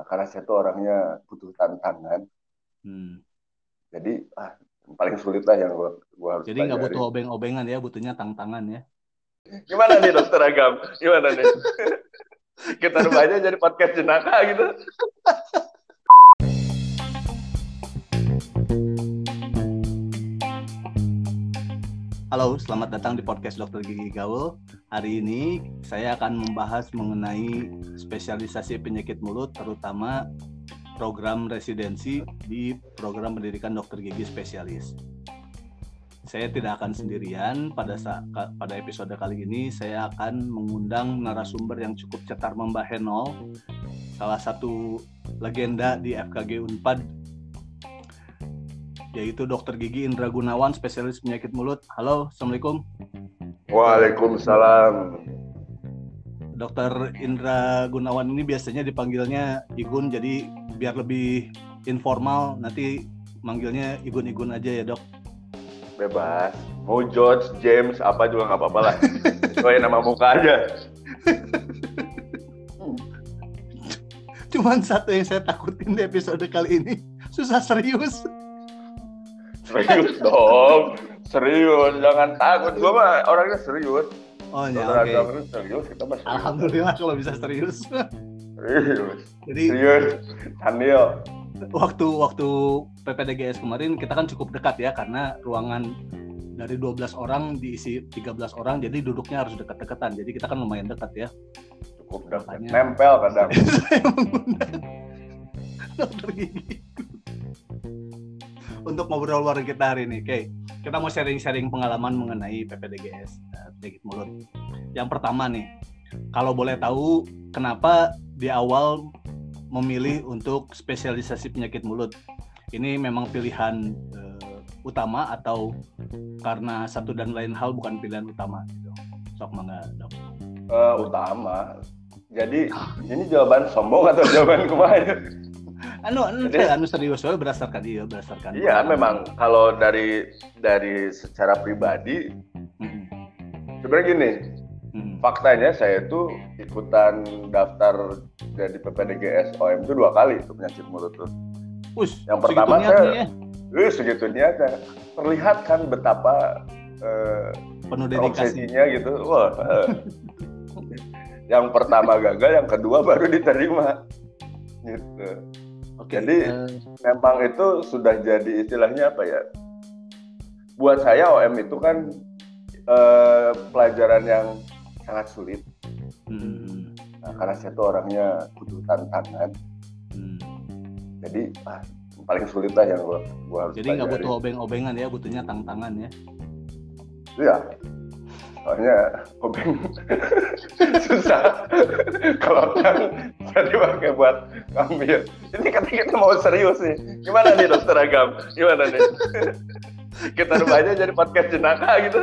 karena saya tuh orangnya butuh tantangan. Jadi yang paling sulit lah yang gua harus Jadi nggak pelajari. butuh obeng-obengan ya, butuhnya tantangan ya. Gimana nih Dokter Agam? Gimana nih? Kita rubah aja jadi podcast jenaka gitu. Halo, selamat datang di podcast Dokter Gigi Gaul. Hari ini saya akan membahas mengenai spesialisasi penyakit mulut, terutama program residensi di program pendidikan dokter gigi spesialis. Saya tidak akan sendirian. Pada episode kali ini saya akan mengundang narasumber yang cukup cetar membahenol, salah satu legenda di FKG Unpad, yaitu Dr. Gigi Indra Gunawan, spesialis penyakit mulut. Halo, Assalamualaikum. Waalaikumsalam. Dr. Indra Gunawan ini biasanya dipanggilnya Igun, jadi biar lebih informal nanti manggilnya Igun-Igun aja ya, Dok. Bebas. Mau George, James, apa juga nggak apa-apa lah. Sesuai nama muka aja. Cuman satu yang saya takutin di episode kali ini, susah serius. Serius dong. Serius, jangan takut. Gue mah orangnya serius. Oh ya, oke. Okay. Serius, kita mah serius. Alhamdulillah kalau bisa serius. Serius. Jadi serius. Candil. Waktu PPDGS kemarin kita kan cukup dekat ya, karena ruangan dari 12 orang diisi 13 orang, jadi duduknya harus dekat-dekatan. Jadi kita kan lumayan dekat ya. Cukup dekat. Nempel kadang. Saya menggunakan dokter gigi untuk ngobrol bareng kita hari ini. Oke, kita mau sharing-sharing pengalaman mengenai PPDGS penyakit mulut. Yang pertama nih, kalau boleh tahu kenapa di awal memilih untuk spesialisasi penyakit mulut? Ini memang pilihan utama atau karena satu dan lain hal bukan pilihan utama gitu? Sok mangga, Dok. Utama. Jadi ini jawaban sombong atau jawaban kumaha? Anu serius berdasarkan Iya, pengalaman. memang kalau dari secara pribadi sebenarnya gini. Faktanya saya itu ikutan daftar jadi PPDGS OM itu 2 kali itu penyakit mulut tuh. Yang pertama saya segitu niatnya. Terlihat kan betapa penuh dedikasi obsesinya gitu. Wah. Yang pertama gagal, yang kedua baru diterima. Gitu. Okay, jadi memang itu sudah jadi istilahnya apa ya? Buat saya OM itu kan pelajaran yang sangat sulit. Nah, karena saya tuh orangnya butuh tantangan. Jadi paling sulit lah yang gua harus jadi nggak butuh obeng-obengan ya, butuhnya tantangan ya. Iya. Soalnya obeng susah. Kalau kan jadi pakai buat ngambil. Ini kata kita mau serius nih. Gimana nih Dokter Agam? Gimana nih? Kita rubah aja jadi podcast jenaka gitu.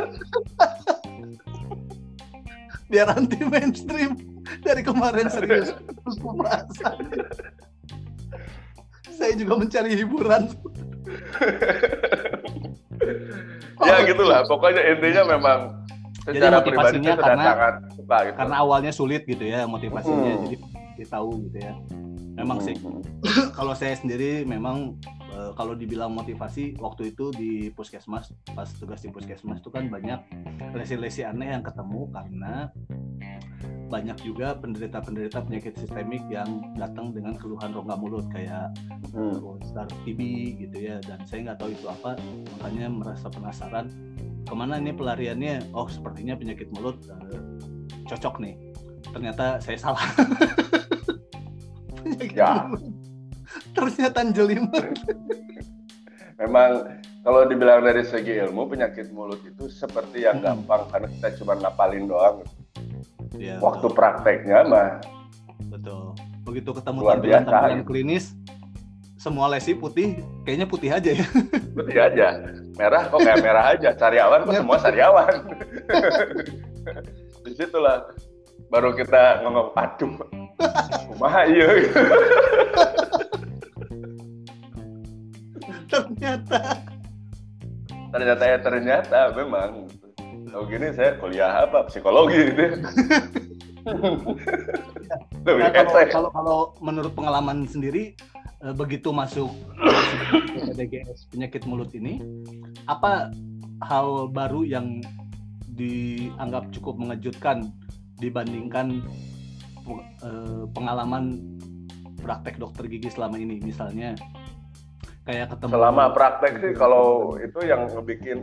Biar anti mainstream. Dari kemarin serius terus pembahasan. Saya juga mencari hiburan. Ya gitulah, pokoknya intinya memang secara pribadi itu sudah sangat suka gitu. Karena awalnya sulit gitu ya motivasinya, jadi kita tahu gitu ya. Memang sih, kalau saya sendiri memang kalau dibilang motivasi waktu itu di puskesmas, pas tugas di puskesmas itu kan banyak lesi-lesi aneh yang ketemu karena banyak juga penderita penyakit sistemik yang datang dengan keluhan rongga mulut kayak start TB gitu ya, dan saya nggak tahu itu apa, makanya merasa penasaran kemana ini pelariannya. Oh, sepertinya penyakit mulut cocok nih. Ternyata saya salah. Ya. Ternyata jelimet. Memang kalau dibilang dari segi ilmu, penyakit mulut itu seperti yang gampang karena kita cuma ngapalin doang. Ya, waktu betul. Prakteknya mah betul. Begitu ketemu tampilan klinis, semua lesi putih, kayaknya putih aja ya. Putih aja. Merah kok kayak merah aja. Sariawan kok semua sariawan. Disitulah baru kita ngomong, aduh, kumaha iya. Ternyata memang. Tahu gini saya kuliah apa? Psikologi gitu. Ya, kalau menurut pengalaman sendiri, begitu masuk PDGS penyakit mulut ini, apa hal baru yang dianggap cukup mengejutkan dibandingkan pengalaman praktek dokter gigi selama ini? Misalnya kayak ketemu selama praktek sih, kalau itu yang ngebikin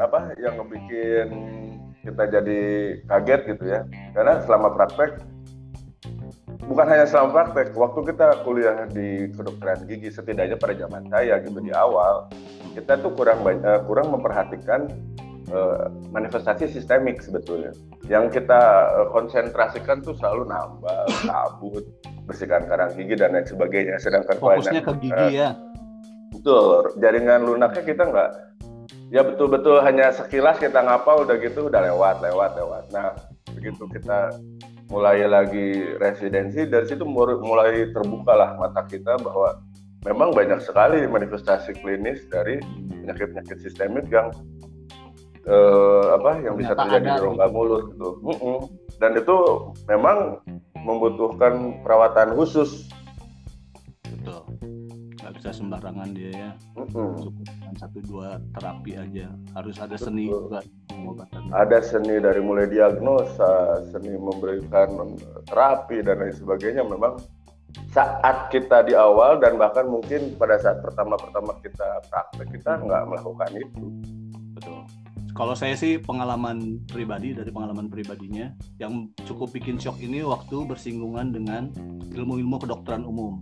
kita jadi kaget gitu ya, karena selama praktek, bukan hanya selama praktek, waktu kita kuliah di kedokteran gigi, setidaknya pada zaman saya gitu di awal, kita tuh kurang memperhatikan manifestasi sistemik sebetulnya. Yang kita konsentrasikan tuh selalu nambal, kabut, bersihkan karang gigi dan lain sebagainya. Sedangkan fokusnya ke gigi ya. Betul, jaringan lunaknya kita nggak, ya betul-betul hanya sekilas kita ngapal, udah gitu udah lewat. Nah, begitu kita mulai lagi residensi, dari situ mulai terbukalah mata kita bahwa memang banyak sekali manifestasi klinis dari penyakit-penyakit sistemik yang bisa terjadi di rongga mulut gitu. Dan itu memang membutuhkan perawatan khusus. Betul. Nggak bisa sembarangan dia ya. Cukup dengan 1-2 terapi aja. Harus ada seni juga pengobatan. Ada seni dari mulai diagnosa, seni memberikan terapi dan lain sebagainya. Memang saat kita di awal dan bahkan mungkin pada saat pertama kita praktek, kita nggak melakukan itu. Betul. Kalau saya sih dari pengalaman pribadinya, yang cukup bikin shock ini waktu bersinggungan dengan ilmu-ilmu kedokteran umum.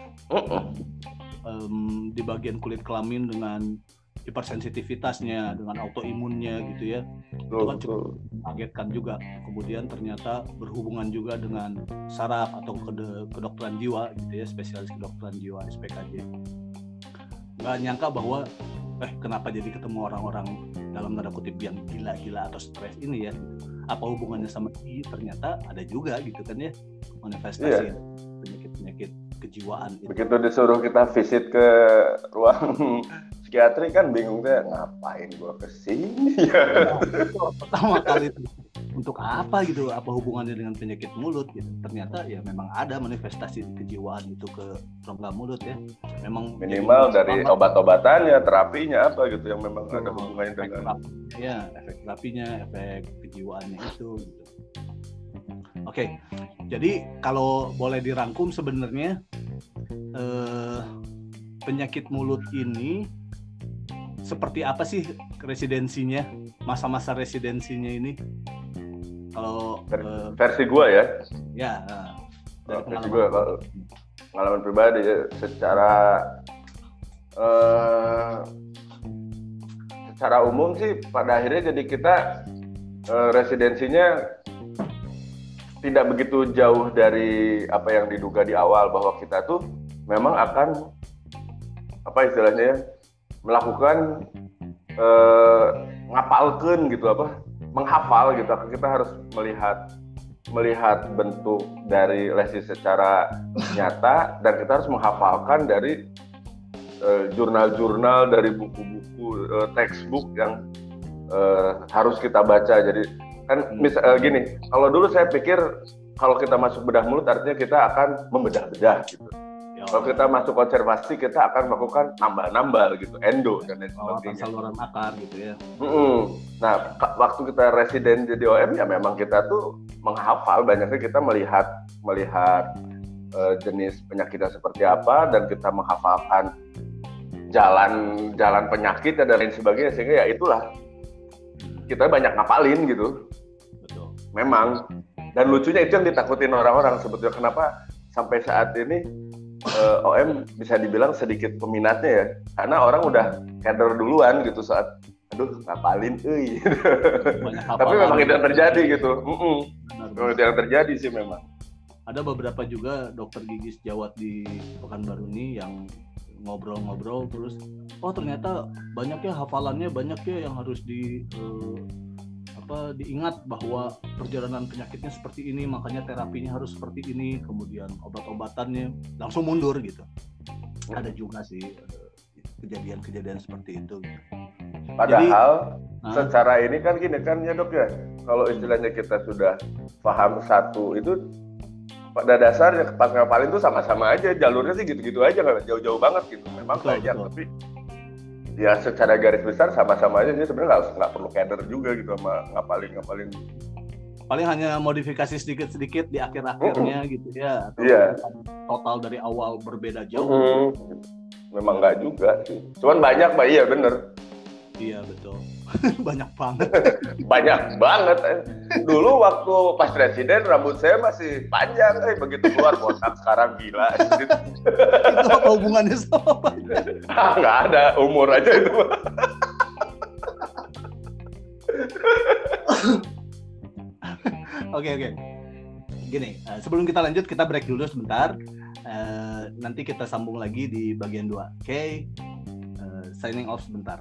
Di bagian kulit kelamin dengan hipersensitivitasnya, dengan autoimunnya gitu ya. Itu kan cukup mengagetkan juga. Kemudian ternyata berhubungan juga dengan saraf atau kedokteran jiwa gitu ya, spesialis kedokteran jiwa SPKJ. Nggak nyangka bahwa kenapa jadi ketemu orang-orang dalam tanda kutip yang gila-gila atau stres ini ya, apa hubungannya sama ini? Ternyata ada juga gitu kan ya, manifestasi penyakit-penyakit kejiwaan itu. Begitu disuruh kita visit ke ruang psikiatri kan bingung deh, ngapain gua kesini ya? Pertama kali itu untuk apa gitu, apa hubungannya dengan penyakit mulut gitu. Ternyata ya memang ada manifestasi kejiwaan itu ke rongga mulut ya. Memang minimal dari obat-obatannya, terapinya apa gitu yang memang ada hubungannya dengan efek terapinya, efek kejiwaannya itu gitu. Oke. Jadi kalau boleh dirangkum sebenarnya penyakit mulut ini seperti apa sih residensinya, masa-masa residensinya ini? Kalau versi gue ya. Ya. Versi gue kalau pengalaman pribadi ya, secara umum sih pada akhirnya jadi kita residensinya tidak begitu jauh dari apa yang diduga di awal, bahwa kita tuh memang akan melakukan ngapalkeun gitu, menghafal gitu. Kita harus melihat bentuk dari lesi secara nyata, dan kita harus menghafalkan dari jurnal-jurnal, dari buku-buku textbook yang harus kita baca. Jadi kan gini, kalau dulu saya pikir kalau kita masuk bedah mulut artinya kita akan membedah-bedah gitu. Kalau kita masuk konservasi, kita akan melakukan nambal-nambal gitu, endo dan lain sebagainya. Saluran akar gitu ya. Nah, waktu kita residen jadi OM ya memang kita tuh menghafal, banyaknya kita melihat jenis penyakitnya seperti apa, dan kita menghafalkan jalan penyakitnya dan lain sebagainya, sehingga ya itulah kita banyak ngapalin gitu. Betul. Memang. Dan lucunya itu yang ditakutin orang-orang sebetulnya, kenapa sampai saat ini OM bisa dibilang sedikit peminatnya ya, karena orang udah keder duluan gitu saat ngapalin tapi memang itu yang terjadi gitu. Itu yang terjadi sih memang. Ada beberapa juga dokter gigi sejawat di Pekanbaru ini yang ngobrol-ngobrol terus, ternyata banyaknya hafalannya, banyaknya yang harus diingat bahwa perjalanan penyakitnya seperti ini, makanya terapinya harus seperti ini, kemudian obat-obatannya langsung mundur gitu. Ada juga sih kejadian-kejadian seperti itu. Padahal secara ini kan gini kan ya dok ya, kalau istilahnya kita sudah paham satu itu pada dasarnya pas ngapalin tuh sama-sama aja, jalurnya sih gitu-gitu aja, nggak jauh-jauh banget gitu. Memang banyak, tapi ya secara garis besar sama-sama aja. Jadi sebenarnya nggak perlu keder juga gitu sama ngapalin. Paling hanya modifikasi sedikit-sedikit di akhir-akhirnya gitu ya, atau total dari awal berbeda jauh. Memang nggak juga sih, cuman banyak Pak, iya bener. Iya betul. Banyak banget. Banyak banget. Dulu waktu pas presiden rambut saya masih panjang, begitu keluar botak sekarang gila. Itu apa hubungannya sama Pak? Nggak ada, umur aja itu. Oke. Gini, sebelum kita lanjut, kita break dulu sebentar. Nanti kita sambung lagi di bagian 2. Oke. Signing off sebentar.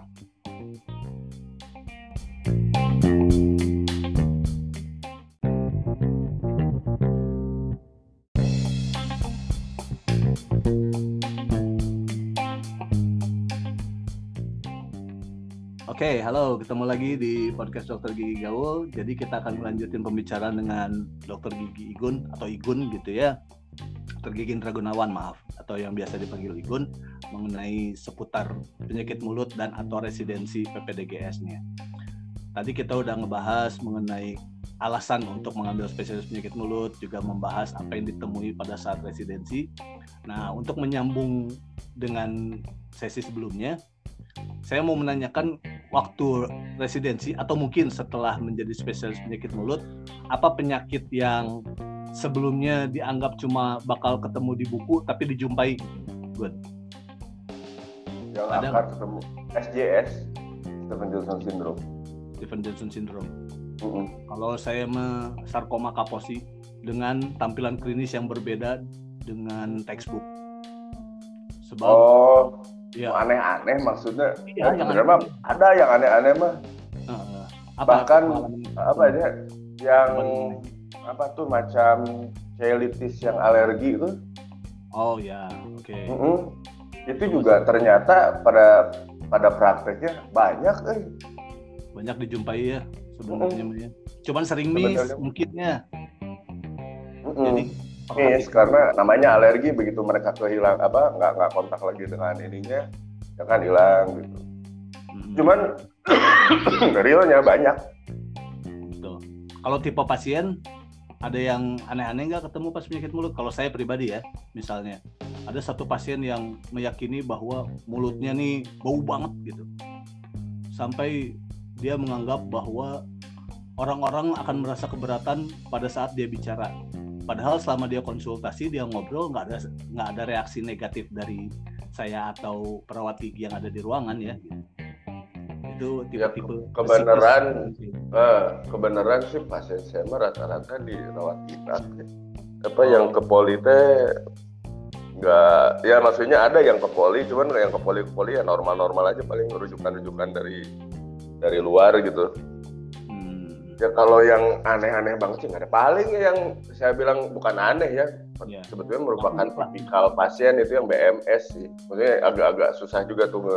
Oke, halo, ketemu lagi di podcast Dokter Gigi Gaul. Jadi kita akan melanjutin pembicaraan dengan Dokter Gigi Igun atau Igun gitu ya. Dokter Gigi Indra Gunawan, maaf, atau yang biasa dipanggil Igun, mengenai seputar penyakit mulut dan atau residensi PPDGS-nya. Tadi kita udah ngebahas mengenai alasan untuk mengambil spesialis penyakit mulut, juga membahas apa yang ditemui pada saat residensi. Nah, untuk menyambung dengan sesi sebelumnya, saya mau menanyakan waktu residensi atau mungkin setelah menjadi spesialis penyakit mulut, apa penyakit yang sebelumnya dianggap cuma bakal ketemu di buku tapi dijumpai? Good. Yang akan ketemu SJS, Stephen Johnson Syndrome. Kalau saya sarkoma Kaposi dengan tampilan klinis yang berbeda dengan textbook. Sebab ya. Aneh-aneh maksudnya. Iya, sebenarnya mah ada yang aneh-aneh mah. Bahkan apa aja yang apa tuh macam cheilitis yang alergi itu. Oh ya, oke. Itu juga ternyata pada prakteknya banyak. Banyak dijumpai ya sebenarnya. Cuman sering miss mungkinnya. Jadi karena namanya alergi, begitu mereka kehilang nggak kontak lagi dengan ininya ya kan hilang gitu. Cuman realnya banyak. Betul. Kalau tipe pasien ada yang aneh-aneh nggak ketemu pas penyakit mulut? Kalau saya pribadi ya, misalnya ada satu pasien yang meyakini bahwa mulutnya nih bau banget gitu, sampai dia menganggap bahwa orang-orang akan merasa keberatan pada saat dia bicara. Padahal selama dia konsultasi, dia ngobrol, nggak ada reaksi negatif dari saya atau perawat gigi yang ada di ruangan ya. Itu tipe-tipe. Kebenaran sih pasien saya mah rata-rata dirawat inap. Yang ke poli teh nggak, ya maksudnya ada yang ke poli, cuman yang ke poli ya normal-normal aja, paling rujukan dari luar gitu. Ya kalau yang aneh-aneh banget sih nggak ada. Paling yang saya bilang bukan aneh ya, sebetulnya merupakan tipikal pasien itu yang BMS sih. Maksudnya agak-agak susah juga tuh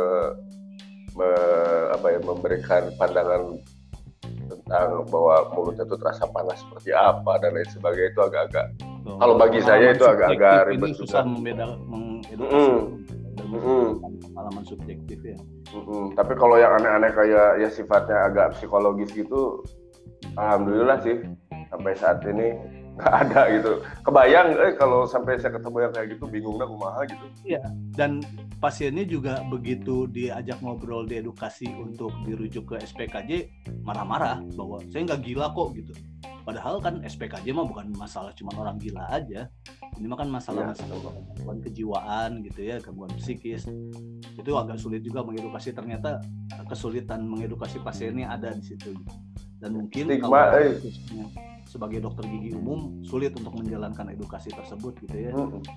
memberikan pandangan tentang bahwa mulutnya itu terasa panas seperti apa dan lain sebagainya. Itu agak-agak. Kalau bagi saya itu agak-agak ribet susah mengedukasi. Pengalaman subjektif ya. Tapi kalau yang aneh-aneh kayak ya sifatnya agak psikologis gitu, alhamdulillah sih sampai saat ini nggak ada gitu. Kebayang kalau sampai saya ketemu yang kayak gitu, bingungnya kumaha gitu. Iya, dan pasiennya juga begitu diajak ngobrol, diedukasi untuk dirujuk ke SPKJ, marah-marah bahwa saya nggak gila kok gitu. Padahal kan SPKJ mah bukan masalah cuma orang gila aja. Ini mah kan masalah gangguan kejiwaan gitu ya, gangguan psikis. Itu agak sulit juga mengedukasi, ternyata kesulitan mengedukasi pasiennya ada di situ. Dan mungkin stigma, kalau sebagai dokter gigi umum sulit untuk menjalankan edukasi tersebut gitu ya.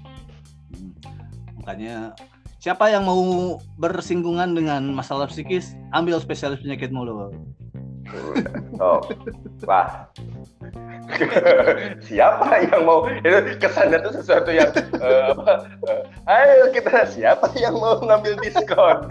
Makanya siapa yang mau bersinggungan dengan masalah psikis, ambil spesialis penyakit mulut. Wah. Siapa yang mau, itu kesannya tuh sesuatu yang ayo kita, siapa yang mau ngambil diskon?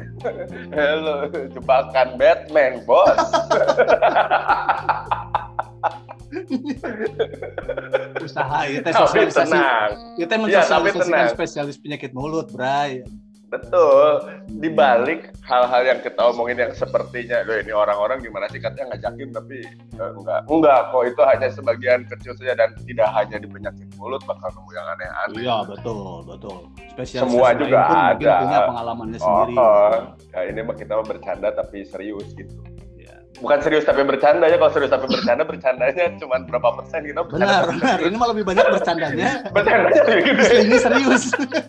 Halo, jebakan Batman, bos. Usaha itu Tapi sosialisasi. tenang. Kita mensosialisasikan spesialis penyakit mulut, Bray. Betul. Di balik hal-hal yang kita omongin yang sepertinya, loh ini orang-orang gimana sih katanya ngajakin, tapi enggak kok, itu hanya sebagian kecil saja dan tidak hanya di penyakit mulut bakal nemu yang aneh-aneh. Iya, betul. Spesialis semua juga ada. Punya pengalamannya sendiri. Ya, ini mah kita bercanda tapi serius gitu. Ya. Bukan serius tapi bercanda ya. Kalau serius tapi bercandanya cuma berapa persen gitu. Benar. Ini mah lebih banyak bercandanya. Bercandanya lebih gede. Ini serius.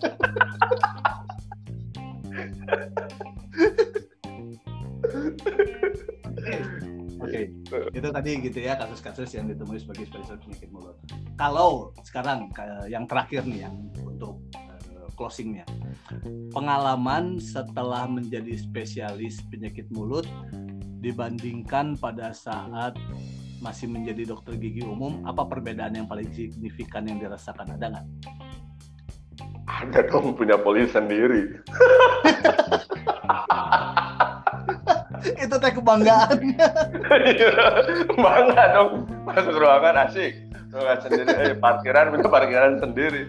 Oke, itu tadi gitu ya kasus-kasus yang ditemui sebagai spesialis penyakit mulut. Kalau sekarang yang terakhir nih yang untuk closingnya, pengalaman setelah menjadi spesialis penyakit mulut dibandingkan pada saat masih menjadi dokter gigi umum, apa perbedaan yang paling signifikan yang dirasakan, ada nggak? Ada dong, punya polisi sendiri. Itu teh kebanggaannya. Bangga dong, masuk ruangan asik. Ruangan sendiri, parkiran punya parkiran sendiri.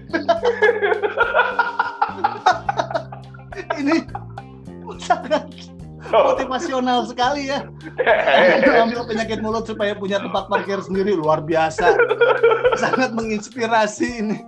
Ini sangat motivasional sekali ya. Ambil penyakit mulut supaya punya tempat parkir sendiri, luar biasa. Sangat menginspirasi ini.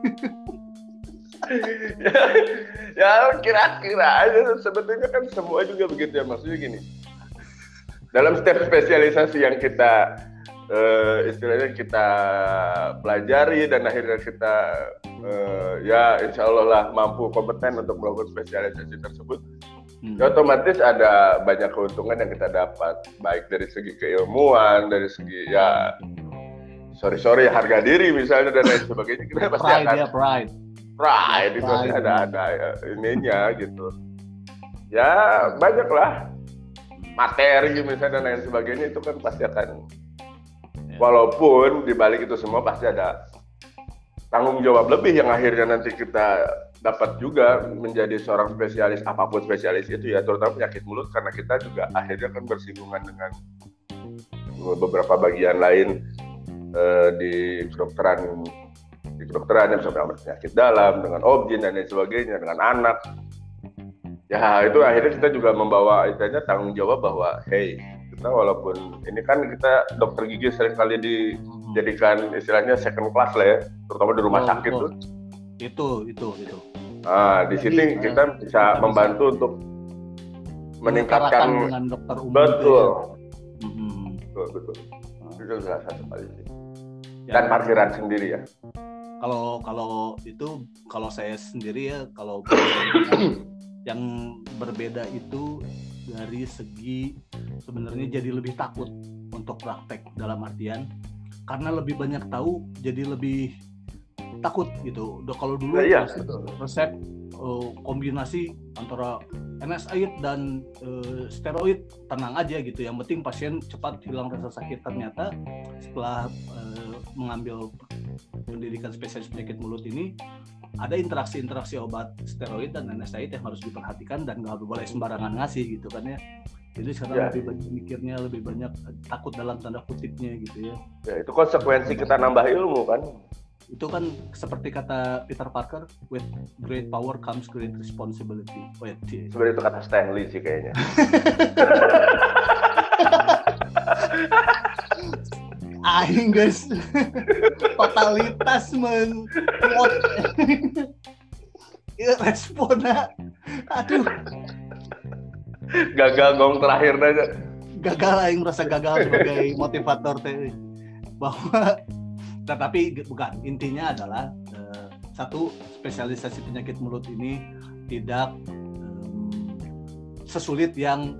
ya kira-kira aja, sebetulnya kan semua juga begitu ya, maksudnya gini, dalam setiap spesialisasi yang kita istilahnya kita pelajari dan akhirnya kita ya insya Allah lah mampu kompeten untuk melakukan spesialisasi tersebut, ya otomatis ada banyak keuntungan yang kita dapat, baik dari segi keilmuan, dari segi ya sorry harga diri misalnya dan lain sebagainya, kita pasti akan pride itu pasti ada ya, ininya gitu. Ya banyak lah materi misalnya dan lain sebagainya, itu kan pasti akan, walaupun di balik itu semua pasti ada tanggung jawab lebih yang akhirnya nanti kita dapat juga menjadi seorang spesialis, apapun spesialis itu ya, terutama penyakit mulut, karena kita juga akhirnya kan bersinggungan dengan beberapa bagian lain di kedokteran yang sama penyakit dalam, dengan objin dan lain sebagainya, dengan anak. Ya itu akhirnya kita juga membawa istilahnya tanggung jawab bahwa hey, kita walaupun ini kan kita dokter gigi seringkali dijadikan istilahnya second class lah ya, terutama di rumah sakit tuh. Itu. Nah, di sini kita bisa membantu untuk meningkatkan dengan dokter umum. Betul. Itu salah satu kali sih. Dan parkiran sendiri ya. Kalau saya sendiri ya, kalau yang berbeda itu dari segi sebenarnya jadi lebih takut untuk praktek, dalam artian karena lebih banyak tahu jadi lebih takut gitu. Kalau dulu resep kombinasi antara NSAID dan steroid tenang aja gitu, yang penting pasien cepat hilang rasa sakit. Ternyata setelah mengambil pendidikan spesialis penyakit mulut ini, ada interaksi obat steroid dan NSAID yang harus diperhatikan dan nggak boleh sembarangan ngasih gitu kan ya. Jadi sekarang lebih banyak mikirnya, lebih banyak takut dalam tanda kutipnya gitu ya. Ya itu konsekuensi kita nambah ilmu kan. Itu kan seperti kata Peter Parker, with great power comes great responsibility. Sebenarnya itu kata Stanley sih kayaknya. Aing guys, totalitas menguat responnya, aduh, gagal gong terakhir aja. Gagal, aing merasa gagal sebagai motivator teh. Bahwa, tetapi bukan, intinya adalah satu, spesialisasi penyakit mulut ini tidak sesulit yang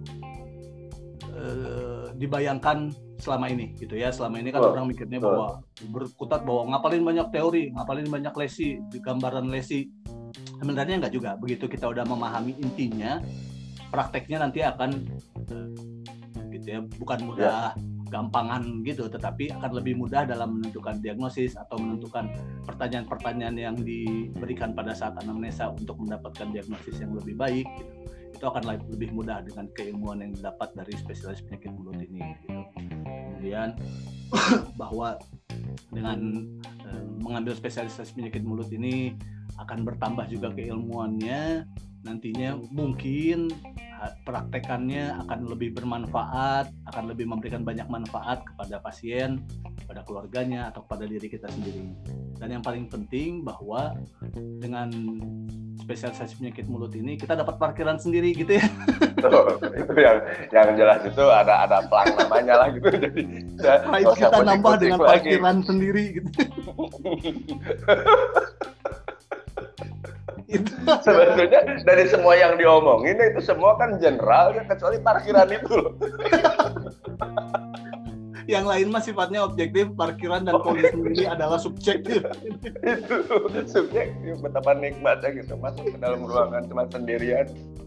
dibayangkan selama ini gitu ya. Selama ini kan orang mikirnya bahwa berkutat bahwa ngapalin banyak teori, ngapalin banyak lesi, gambaran lesi. Sebenarnya enggak juga. Begitu kita udah memahami intinya, prakteknya nanti akan gitu ya, bukan mudah gampangan gitu, tetapi akan lebih mudah dalam menentukan diagnosis atau menentukan pertanyaan-pertanyaan yang diberikan pada saat anamnesa untuk mendapatkan diagnosis yang lebih baik gitu. Itu akan lebih mudah dengan keilmuan yang didapat dari spesialis penyakit mulut ini gitu. Kemudian bahwa dengan mengambil spesialisasi penyakit mulut ini akan bertambah juga keilmuannya, nantinya mungkin praktekannya akan lebih bermanfaat, akan lebih memberikan banyak manfaat kepada pasien, kepada keluarganya, atau kepada diri kita sendiri. Dan yang paling penting bahwa dengan spesialisasi penyakit mulut ini kita dapat parkiran sendiri gitu ya. Itu yang jelas itu ada pelang namanya lah gitu. Jadi itu kita nambah dengan parkiran sendiri gitu. Sebetulnya dari semua yang diomongin itu semua kan general ya, kecuali parkiran itu loh. Yang lain mah sifatnya objektif, parkiran dan polisi sendiri adalah subjektif. Itu subjektif, betapa nikmatnya gitu masuk ke dalam ruangan cuma sendirian.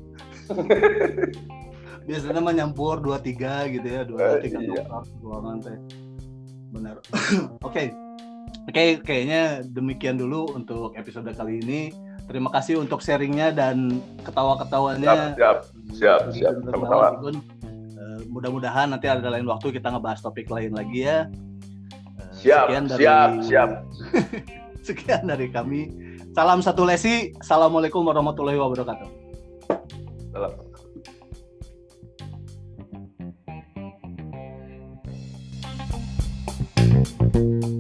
Biasanya mah nyampur 2-3 gitu ya, 2-3 ruangan teh. Benar. Oke, kayaknya demikian dulu untuk episode kali ini. Terima kasih untuk sharingnya dan ketawa-ketawanya. Siap. Sama-sama. Mudah-mudahan nanti ada lain waktu kita ngebahas topik lain lagi ya. Siap. Sekian dari kami. Salam satu lesi. Assalamualaikum warahmatullahi wabarakatuh. Salam.